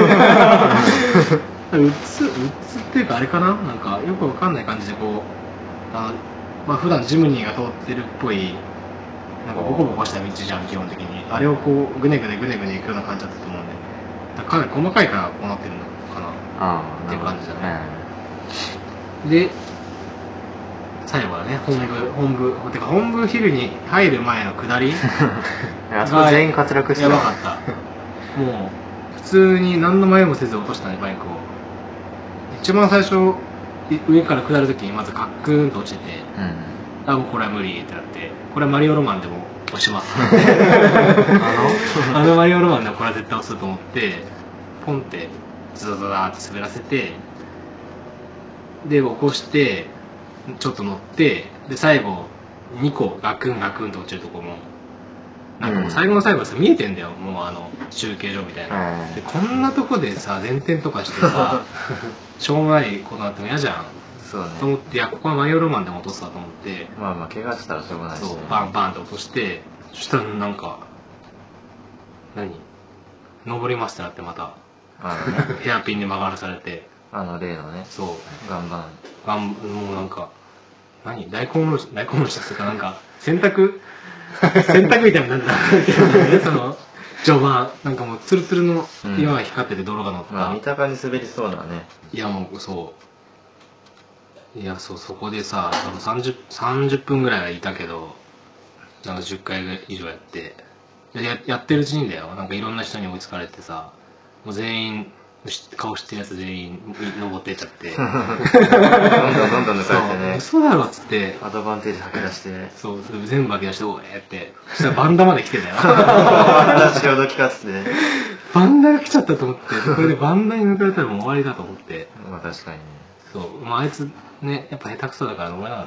つうつっていうかあれかななんかよく分かんない感じでこうあまあ普段ジムニーが通ってるっぽいなんかボコボコした道じゃん基本的にあれをこうグネグネグネグネいくような感じだったと思うんでだからかなり細かいからこうなってるのかなっていう感じだね、うん、で最後はね本部本部てか本部ヒルに入る前の下りあそこ全員滑落してやばかったもう普通に何の迷いもせず落としたねバイクを一番最初上から下るときにまずカックーンと落ちて、うん、あもうこれは無理ってなってこれはマリオロマンでも押しますあのあのマリオロマンでもこれは絶対押すと思ってポンってズドドダーって滑らせてで起こしてちょっと乗ってで最後にこガクンガクンと落ちるとこもなんかもう最後の最後でさ見えてんだよもうあの集計所みたいな、うん、でこんなとこでさ前転とかしてさしょうもないことになっても嫌じゃんそうねと思っていやここはマリオロマンでも落とすわと思ってまあまあ怪我したらしょうがないし、ね、 そうバンバンって落としてそしたらなんか何登りますってなってまたあの、ね、 ヘアピンで曲がらされてあの例のねそうガンバンガンもうなんか何大根おろし大根おろしとかなんか洗濯洗濯みたいになんだけどねその序盤なんかもうツルツルの岩が光ってて泥が乗った、 うんまあ、見た感じ滑りそうだねいやもうそういやそうそこでさ 30, 30分ぐらいはいたけどなんかじゅっかい以上やってや, やってるうちにだよなんかいろんな人に追いつかれてさもう全員顔知ってるやつ全員登ってっちゃってどんどんどんどん抜かれてね嘘だろっつってアドバンテージ吐き出してそう全部吐き出しておえってそしたらバンダまで来てたよバンダ潮時かっつってバンダが来ちゃったと思ってこれでバンダに抜かれたらもう終わりだと思ってまあ確かにねそう、まあ、あいつねやっぱ下手くそだから登れなか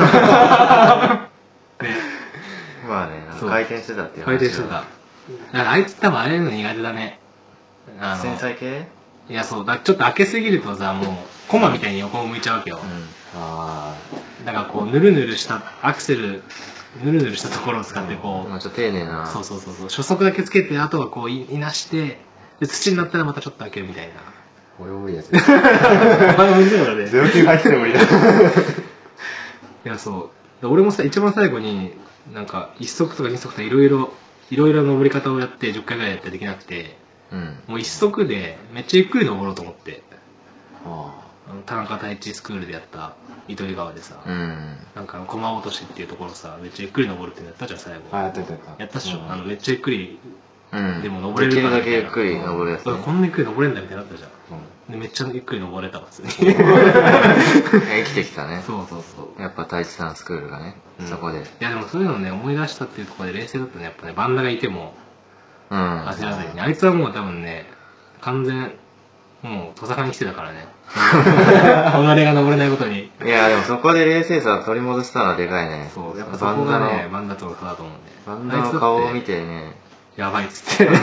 ったねまあねなんか回転してたっていう話回転してただからあいつ多分あれの苦手だねあの繊細系いやそうだちょっと開けすぎるとさもうコマみたいに横を向いちゃうわけよ、うん、 あだからこうヌルヌルしたアクセルヌルヌルしたところを使ってこう、 うんまあ、ちょっと丁寧なそうそうそうそう初速だけつけてあとはこういいなしてで土になったらまたちょっと開けるみたいな俺無理やつねゼロキュー入ってもいいだいやそう俺もさ一番最後になんかいっ足とかに足とかいろいろいろいろ登り方をやってじゅっかいぐらいやってできなくて、うん、もう一足でめっちゃゆっくり登ろうと思って、ああ田中太一スクールでやった糸魚川でさ、うん、なんか駒落としっていうところさ、めっちゃゆっくり登るってやったじゃん最後。 あ、やったやったやった。 やったっしょ、うん、あのめっちゃゆっくり、うん、でも登れるからみたいな。できるだけゆっくり登るやつ、ね、 こんなゆっくり登れんだみたいになったじゃん、うん、でめっちゃゆっくり登れたわ普通に生きてきたね。 そうそうそう、 やっぱ太一さんスクールがね、うん、そこで。いやでもそういうのね思い出したっていうところで冷静だったね。やっぱねバンダがいても焦らずに、うん、あいつはもう多分ね完全もう土佐に来てたからね己が登れないことに。 いやでもそこで冷静さを取り戻したのはでかいね。 そうやっぱそこがねバンダとかだと思うんで、 バンダの顔を見てねやばいっつって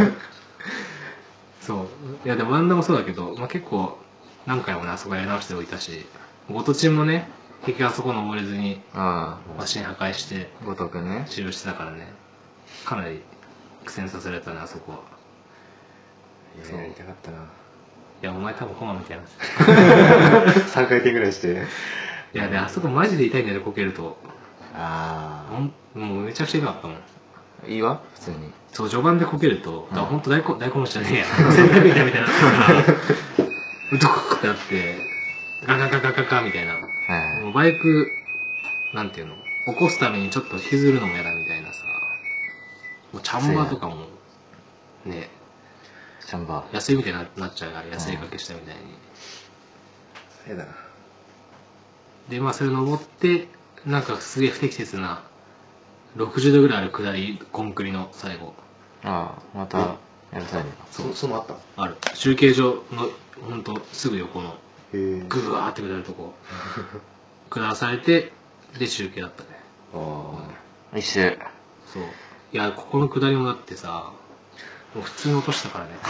そういやでもバンダもそうだけど、まあ、結構何回もねあそこやり直しておいたし、ゴトチンもね結局あそこ登れずにマシン破壊してゴト君ね治療してたからね、かなり苦戦させられたねあそこは。 いややりたかったな。 いやお前多分コマみたいなさんかい転ぐらいして。 いやであそこマジで痛いんだよねこけると。 ああもうめちゃくちゃ痛かったもん。 いいわ普通に。 そう序盤でこけると、だから本当大根大根じゃねえや洗濯板みたいになってからうどこってなってガガガガガガみたいな、はい、もうバイクなんていうの起こすためにちょっと引きずるのも嫌だみたいなさ、もうチャンバーとかもねチャンバー安いみたいになっちゃうから安い掛けしたみたいに嫌だな。 でまあそれ登ってなんかすげえ不適切なろくじゅうどぐらいある下りコンクリの最後。 ああまたやりたいね。 そそのあったある集計所のほんとすぐ横のグワーって下るとこ下らされてで集計だったね。 ああ一周。 そういやここの下りもだってさもう普通に落としたからね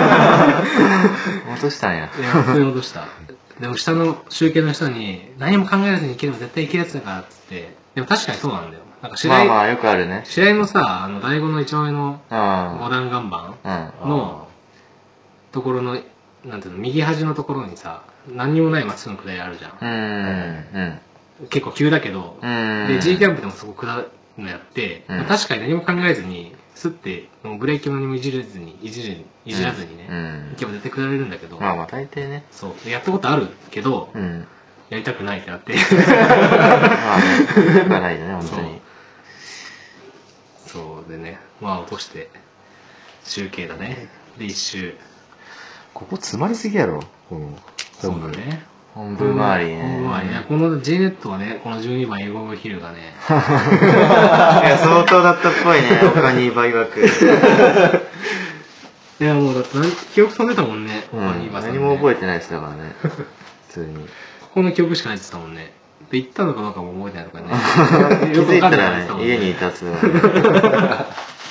落としたんや。 いや普通に落としたでも下の集計の人に何も考えずに行ければ絶対行けるやつだからっつって、でも確かにそうなんだよ。なんか白井、 まあまあよくあるね。 白井のさあの第五の一番上の五段岩盤のところのなんていうの右端のところにさ何にもないまっすぐの下りあるじゃん。うん、うん、結構急だけど、で G キャンプでもそこ下るのやって、うん、確かに何も考えずにスッてもうブレーキも何もいじらずにいじるいじらずにね、うん、行けば絶対下れるんだけど、 まあまあ大抵ねそうやったことあるけど、うん、やりたくないってなってまあねやりたくないよね本当に。 そうでねまあ落として集計だねで一周ここ詰まりすぎやろこのそうだね本部周りね本部周りねこの J ネットはねこのじゅうにばんエゴゴヒルがねいや相当だったっぽいね他に倍枠いやもうだって記憶飛んでたもんね、 うん、ね何も覚えてないですだからね普通にここの記憶しかないって言ってたもんねで行ったのかどうかも覚えてないとかね気づいたらね家にいたっつうのね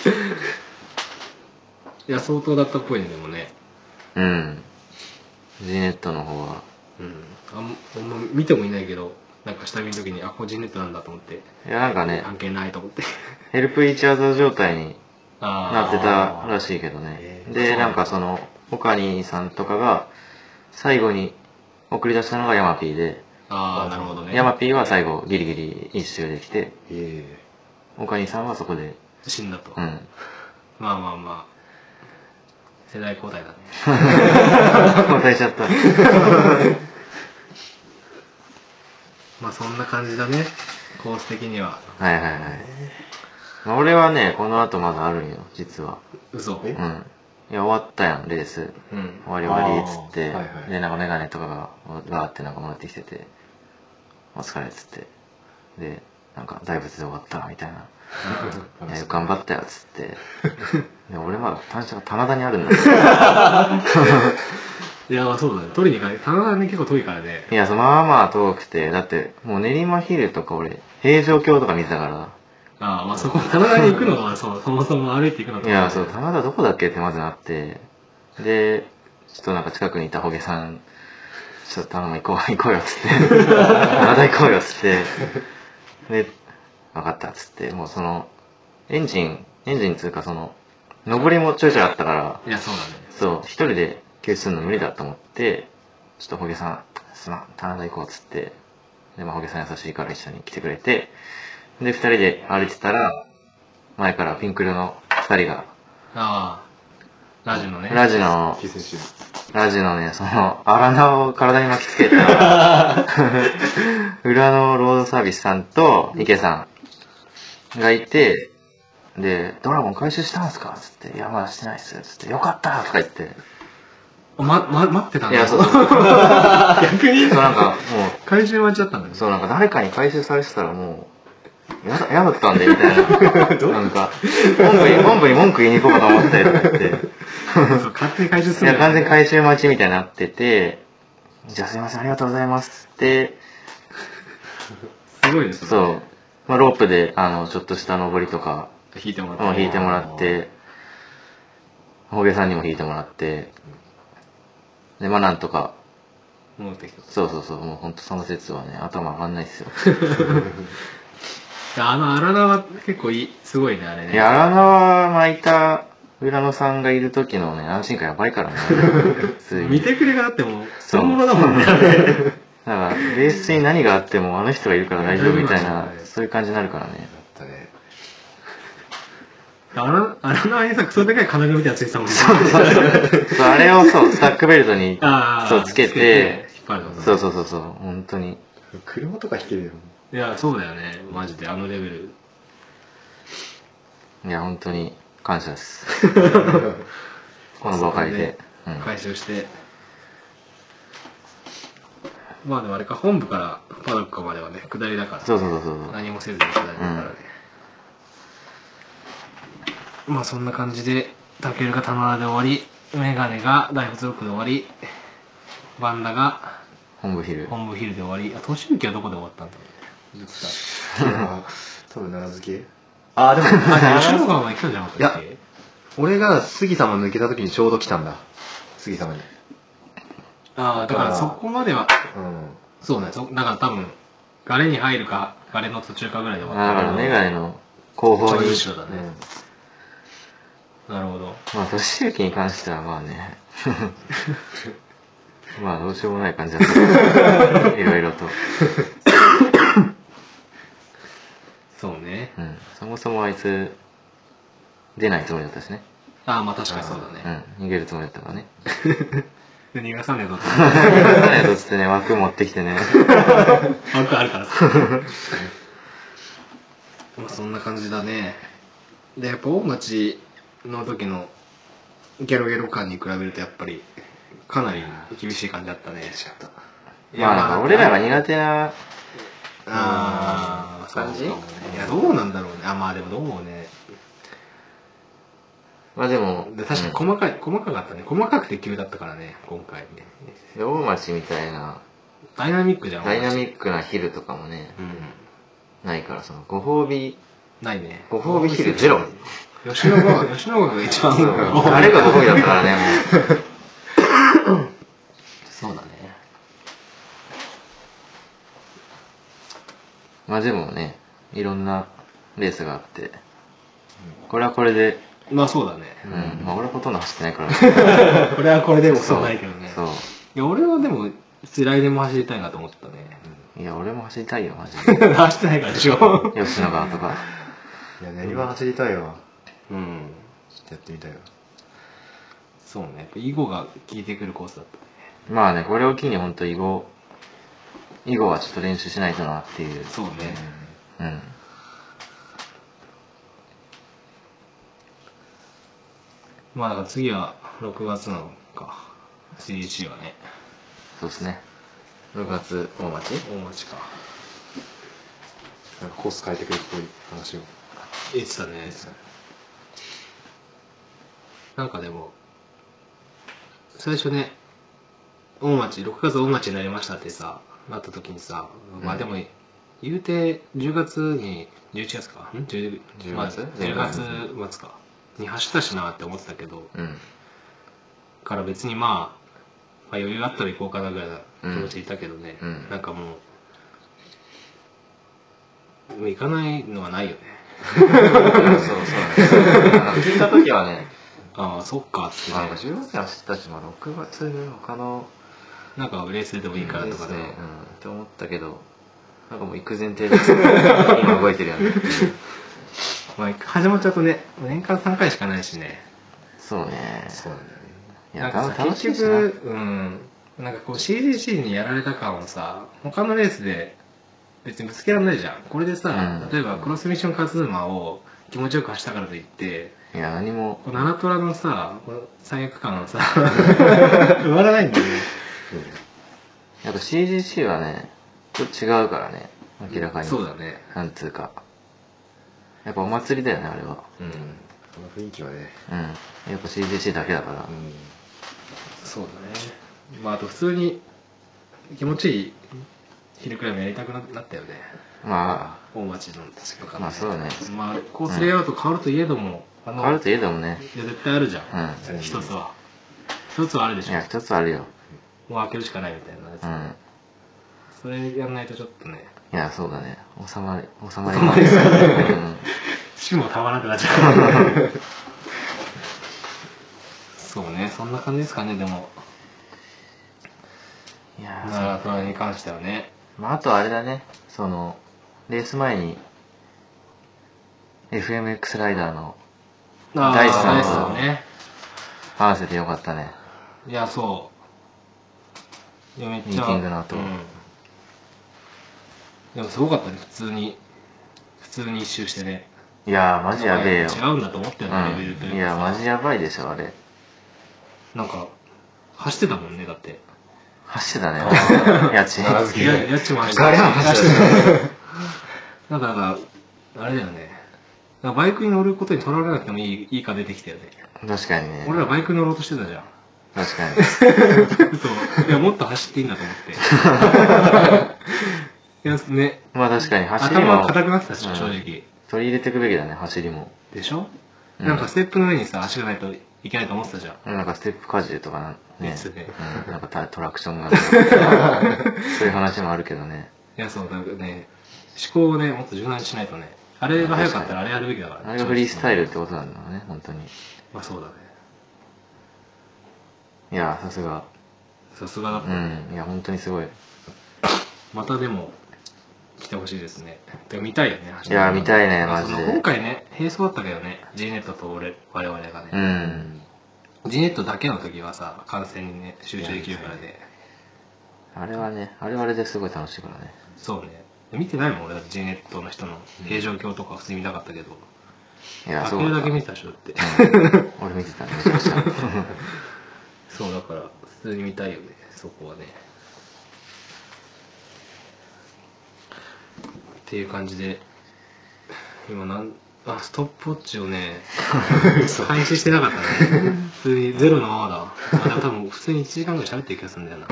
いや相当だったっぽいねでもねうん G ネットの方はうんあんあんま見てもいないけどなんか下見の時にあこれ G ネットなんだと思っていやなんかね関係ないと思ってヘルプイーチアザー状態になってたらしいけどねでなんかその岡兄さんとかが最後に送り出したのがヤマピーでああなるほどねヤマピーは最後ギリギリ一周できて岡兄さんはそこで死んだと、 うん、 まあまあまあ世代交代だね交代しちゃったまあそんな感じだねコース的には。 はいはいはい、まあ、俺はねこの後まだあるんよ実は。 嘘。 うんいや終わったやんレース、うん、終わり終わりっつって、はいはい、でなんかメガネとかがガーってなんかもらってきててお疲れっつってでなんか大仏で終わったみたいな、いや頑張ったよっつってで俺まだ単車が棚田にあるんだいやそうだね取りに行かない棚田ね結構遠いからね。 いやまあまあ遠くてだってもう練馬ヒルとか俺平城京とか見てたから。 ああまあそこ棚田に行くのはそうそもそも歩いていくのといやそう棚田どこだっけってまずなってでちょっとなんか近くにいたホゲさんちょっと頼む行こう行こうよっつって棚田行こうよっつってで分かったっつってもうそのエンジンエンジンつうかその上りもちょいちょいあったからいやそうだねそう一人で救出するの無理だと思ってちょっとホゲさんすまん棚田行こうっつってでまあホゲさん優しいから一緒に来てくれてでふたりで歩いてたら前からピンク色のふたりが。 ああ。ラジのね。 ラジの、ラジのね、その、荒縄を体に巻きつけた、裏のロードサービスさんと池さんがいて、で、ドラゴン回収したんすかつって、いや、まだしてないっす。つって、よかったとか言って。 ま、ま、待ってたんだ。 いや、そうそう。 逆にそう、なんか、もう、 回収待ちだったんだね。 そう、なんか誰かに回収されてたらもう、やだ、やだったんで、みたいな。なんか、本部に、本部に文句言いに行こうかと思って、とか言って。 勝手に回収する。 いや、完全に回収待ちみたいになってて、じゃあすいません、ありがとうございますって、 すごいですね。 そう。まあ、ロープで、あの、ちょっとした登りとか、 引いてもらって。 引いてもらって、ほうげさんにも引いてもらって、で、まあなんとか、 戻ってきた。 そうそうそう、もうほんとその説はね、頭上がんないっすよ。 あの荒縄結構いい、すごいね、あれね。 いや、荒縄巻いた浦野さんがいる時のね、安心感やばいからね。 見てくれがあっても、本物だもんね、あれ。 だから、レースに何があってもあの人がいるから大丈夫みたいな、そういう感じになるからね。 だったね。 あら、あらなにさ、クソでかい金具みたいなついてたもんね。 そう、あれをそう、スタックベルトに、そう、つけて、 引っ張るの。 そうそうそうそう、本当に。 車とか引けるよ。 いや、そうだよね、マジで、あのレベル。 いや、本当に感謝です。この場を借りて。 回収して。まあでもあれか、本部からパドックまではね、下りだから。 そうそうそうそう。 何もせずに下りだからね。うん、まあそんな感じで、タケルが棚田で終わり、メガネが大仏ロックで終わり、バンダが本部ヒル。 本部ヒルで終わり、あ、年行はどこで終わったんだろうね。 いや、多分奈良漬け。あ、でも、 あ、吉野川まで来たんじゃなかったっけ？ いや、俺が杉様抜けた時にちょうど来たんだ。杉様に。 ああ、だからそこまでは、 うん、 そうね、そだから多分、ガレに入るか、ガレの途中かぐらいで終わっただからメガネの後方に。 後ろだね。うん、なるほど。 まあ、年行に関してはまあね。まあ、どうしようもない感じだった。いろいろと。 そうね。 うん。そもそもあいつ、出ないつもりだったしね。 ああ、まあ確かにそうだね。 うん。逃げるつもりだったからね。 で、逃がさねえぞって。 逃がさねえぞっつってね、枠持ってきてね。 枠あるからさ。まあそんな感じだね。で、やっぱ大町の時のゲロゲロ感に比べるとやっぱりかなり厳しい感じだったね。 まあなんか俺らが苦手なああ感じ？いやどうなんだろうね。あ、まあでもどうもね。 まあでもで確かに細かい、うん、細かかったね。細かくて急だったからね今回ね。 大町みたいなダイナミックじゃん。 ダイナミックなヒルとかもね、うん、ないからそのご褒美ないね。 ご褒美ヒルゼロ。 吉野川吉野川が一番あれがご褒美だったからねもう。 そうだね。 まあでもね、いろんなレースがあって、これはこれで、 まあそうだね。 うん、まあ俺はほとんど走ってないから、 ね。これはこれでもそうないけどね。 そう。 いや俺はでも来年も走りたいなと思ったね。 いや俺も走りたいよマジで。 走ってないからでしょ。 吉野川とか。 いや練馬走りたいわ。 うん。 ちょっとやってみたいわ。 そうね。囲碁が効いてくるコースだったね。 まあね、これを機に本当囲碁。囲碁はちょっと練習しないとなっていう。 そうね。 うん。 まあだから次はろくがつなのか。シーディーシー はね。 そうですね。ろくがつ大町？ 大町か。 なんかコース変えてくるっぽい話を。 言ってたね。なんかでも、最初ね、大町、ろくがつ大町になりましたってさ、なった時にさ、うん、まあでも、言うてじゅうがつに、じゅういちがつかん ?じゅうじゅうがつ、 まあ、じゅうがつ末か。に走ったしなって思ってたけど、 うん、 から別にまあ、まあ、余裕あったら行こうかなぐらいな気持ちでいたけどね、うん、なんかもう、もう行かないのはないよね。 そうそうなんですよ。聞いた時はね、 ああ、そっかってね。 なんかじゅうがつに走ったし、まあ、ろくがつ他の、 なんかレースでもいいからとかね。 うん、って思ったけど、なんかもう行く前提です。今動いてるよね。 まあ始まっちゃうとね年間さんかいしかないしね。 そうね。 そうなんだよね。 いやなんかさ結局うんなんかこう シージーシー にやられた感をさ他のレースで別にぶつけられないじゃん。これでさ、うん、例えばクロスミッションカズーマを気持ちよく走ったからといっていや何もナナトラのさ最悪感はさ埋まらないんだよね。 やっぱ シージーシー はねちょっと違うからね明らかに。 そうだね。 なんつうかやっぱお祭りだよねあれは。 うん。この雰囲気はね。 うん。やっぱ シージーシー だけだから。うん。 そうだね。まああと普通に気持ちいいヒルクライムやりたくなったよね。 まあ大町のとか、ね、 まあそうね。 まあコースレイアウト変わるといえども、 うん、変わるといえどもね。 いや絶対あるじゃん。うん。一つは一つはあるでしょ。 いや一つあるよ。 もう開けるしかないみたいなやつ。うん。それやんないとちょっとね。 いやそうだね。収まり収まりますね。うん。 死もたまらなくなっちゃう。そうね、そんな感じですかね、でも。 いやー、ナラトラに関してはね。 まあ、あとあれだね、その、レース前に、エフエムエックス ライダーの、ダイスさんと合わせてよかったね。 いや、そう。いやめっちゃミーティングの後。うん、 でもすごかったね、普通に。普通に一周してね。 いやー、マジやべえよ。 違うんだと思ってるの、レベルというか。 いや、マジやばいでしょ、あれ。 なんか、走ってたもんね、だって。 走ってたね。やち。 やちも走ってた。 ガリャン走ってた。だから、あれだよね。バイクに乗ることにとらわれなくてもいい、いいか出てきたよね。 確かにね。 俺らバイク乗ろうとしてたじゃん。 確かに。 そう。いや、もっと走っていいんだと思って。いや、ね。 まあ確かに走りも。 頭硬くなってたし、うん、正直。 取り入れていくべきだね、走りも。 でしょ、うん、なんかステップの上にさ、足がないといけないと思ってたじゃん。なんかステップ荷重とかね。 ね。 うん、なんかトラクションが、ね、そういう話もあるけどね。 いや、そう、なんかね、思考をね、もっと柔軟にしないとね。あれが早かったらあれやるべきだから、ね。 あれがフリースタイルってことなんだろうね、本当に。 まあそうだね。 いや、さすが。 さすがだったね。 うん、いや、本当にすごい。 またでも、来てほしいですね。てか見たいよね、 いや、見たいね、マジで。 今回ね、並走だったけどね、G ネットと俺、我々がね。 うん。 G ネットだけの時はさ、観戦にね、集中できるからね。 あれはね、あれはあれですごい楽しいからね。 そうね。見てないもん、俺だって G ネットの人の平常鏡とか普通に見たかったけど。 いや、 そう。開けるだけ見てたでしょ、だって。 うん、俺見てたね、めちゃくちゃ。 そう、だから、普通に見たいよね、そこはね。っていう感じで、今なん、あ、ストップウォッチをね、開始してなかったね。普通にゼロのままだわ。まあ、多分普通にいちじかんぐらい喋ってる気がするんだよな。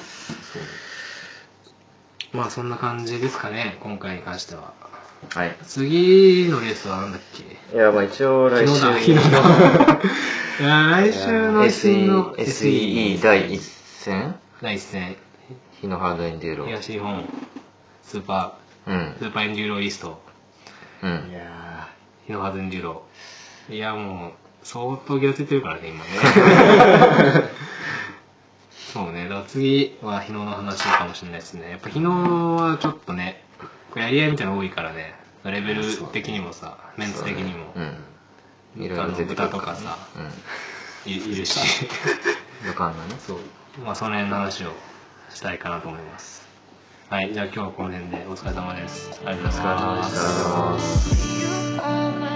まあそんな感じですかね、今回に関しては。 はい。 次のレースはなんだっけ？ いや、まあ一応来週日野だ、日野だ。いや、来週のエスイー、エスイーイー 第一戦第一戦。 日野ハードエンデューロ。 東日本スーパー、うん、スーパーエンデューロイースト。 うん。いやー、日野ハードエンデューロ。いや、もう、相当ギラついてるからね、今ね。そうね、だから次は日野の話かもしれないですね。やっぱ日野はちょっとね、やり合いみたいなの多いからね、レベル的にもさ、メンツ的にも、 うん、いろいろあの豚とかさ、うん、い, いるし、 武漢がね、 そう、まあその辺の話をしたいかなと思います。はい、じゃあ今日はこの辺でお疲れ様です。ありがとうございます。 お疲れ様でした。